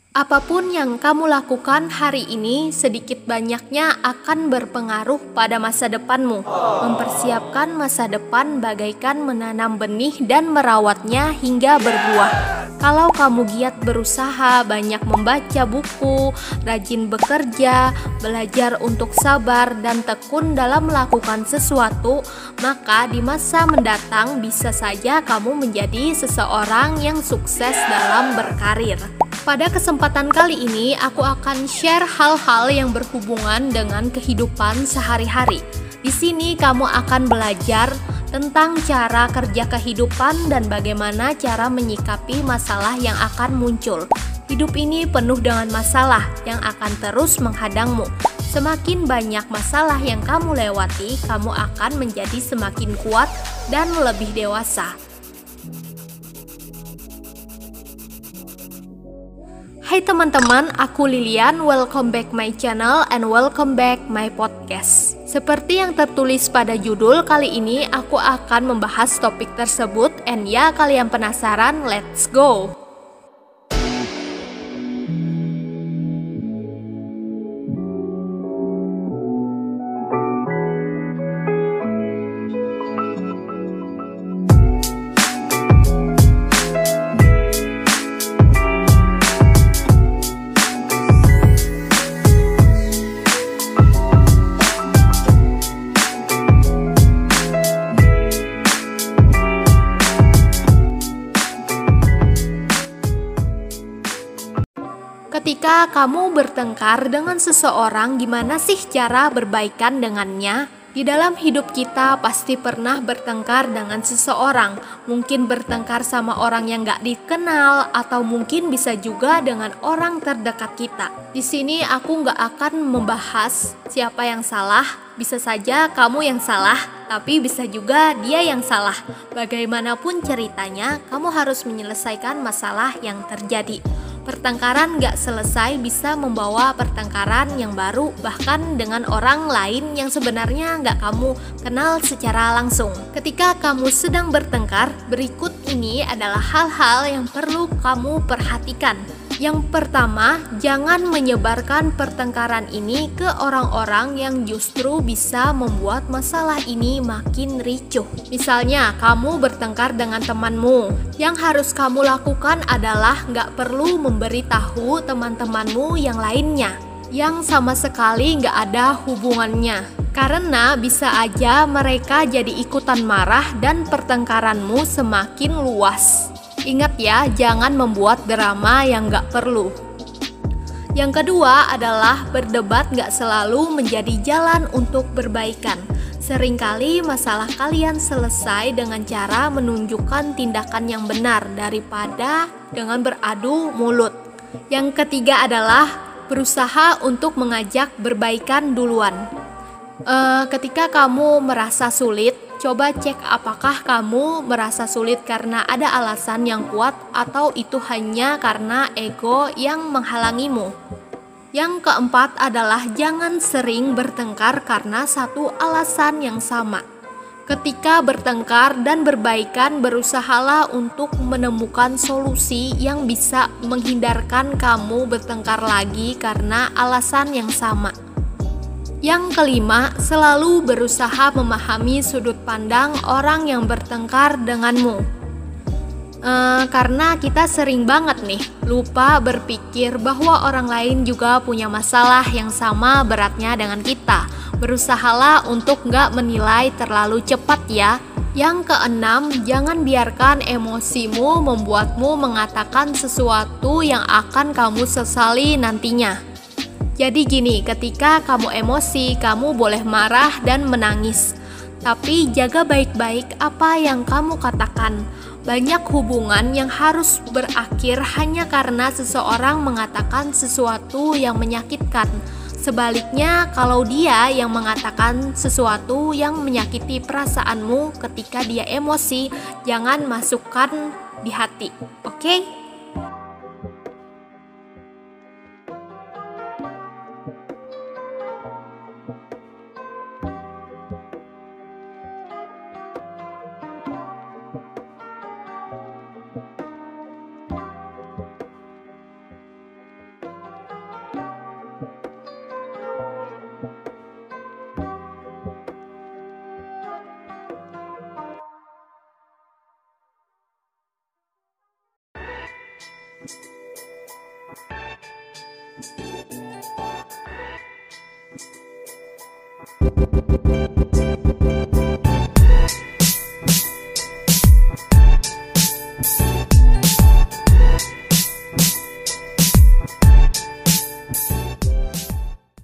Apapun yang kamu lakukan hari ini, sedikit banyaknya akan berpengaruh pada masa depanmu. Mempersiapkan masa depan bagaikan menanam benih dan merawatnya hingga berbuah. Kalau kamu giat berusaha, banyak membaca buku, rajin bekerja, belajar untuk sabar dan tekun dalam melakukan sesuatu, maka di masa mendatang bisa saja kamu menjadi seseorang yang sukses dalam berkarir. Pada kesempatan kali ini, aku akan share hal-hal yang berhubungan dengan kehidupan sehari-hari. Di sini kamu akan belajar tentang cara kerja kehidupan dan bagaimana cara menyikapi masalah yang akan muncul. Hidup ini penuh dengan masalah yang akan terus menghadangmu. Semakin banyak masalah yang kamu lewati, kamu akan menjadi semakin kuat dan lebih dewasa. Hai teman-teman, aku Lilian, welcome back my channel and welcome back my podcast. Seperti yang tertulis pada judul, kali ini aku akan membahas topik tersebut and ya kalian penasaran, let's go! Ketika kamu bertengkar dengan seseorang, gimana sih cara berbaikan dengannya? Di dalam hidup kita pasti pernah bertengkar dengan seseorang. Mungkin bertengkar sama orang yang gak dikenal, atau mungkin bisa juga dengan orang terdekat kita. Di sini aku gak akan membahas siapa yang salah. Bisa saja kamu yang salah, tapi bisa juga dia yang salah. Bagaimanapun ceritanya, kamu harus menyelesaikan masalah yang terjadi. Pertengkaran gak selesai bisa membawa pertengkaran yang baru, bahkan dengan orang lain yang sebenarnya gak kamu kenal secara langsung. Ketika kamu sedang bertengkar, berikut ini adalah hal-hal yang perlu kamu perhatikan. Yang pertama, jangan menyebarkan pertengkaran ini ke orang-orang yang justru bisa membuat masalah ini makin ricuh. Misalnya, kamu bertengkar dengan temanmu. Yang harus kamu lakukan adalah gak perlu memberitahu teman-temanmu yang lainnya, yang sama sekali gak ada hubungannya. Karena bisa aja mereka jadi ikutan marah dan pertengkaranmu semakin luas. Ingat ya, jangan membuat drama yang gak perlu. Yang kedua adalah berdebat gak selalu menjadi jalan untuk berbaikan. Seringkali masalah kalian selesai dengan cara menunjukkan tindakan yang benar daripada dengan beradu mulut. Yang ketiga adalah berusaha untuk mengajak berbaikan duluan. Ketika kamu merasa sulit, coba cek apakah kamu merasa sulit karena ada alasan yang kuat atau itu hanya karena ego yang menghalangimu. Yang keempat adalah jangan sering bertengkar karena satu alasan yang sama. Ketika bertengkar dan berbaikan, berusahalah untuk menemukan solusi yang bisa menghindarkan kamu bertengkar lagi karena alasan yang sama. Yang kelima, selalu berusaha memahami sudut pandang orang yang bertengkar denganmu. Karena kita sering banget nih lupa berpikir bahwa orang lain juga punya masalah yang sama beratnya dengan kita. Berusahalah untuk gak menilai terlalu cepat ya. Yang keenam, jangan biarkan emosimu membuatmu mengatakan sesuatu yang akan kamu sesali nantinya. Jadi gini, ketika kamu emosi, kamu boleh marah dan menangis. Tapi jaga baik-baik apa yang kamu katakan. Banyak hubungan yang harus berakhir hanya karena seseorang mengatakan sesuatu yang menyakitkan. Sebaliknya, kalau dia yang mengatakan sesuatu yang menyakiti perasaanmu ketika dia emosi, jangan masukkan di hati, oke?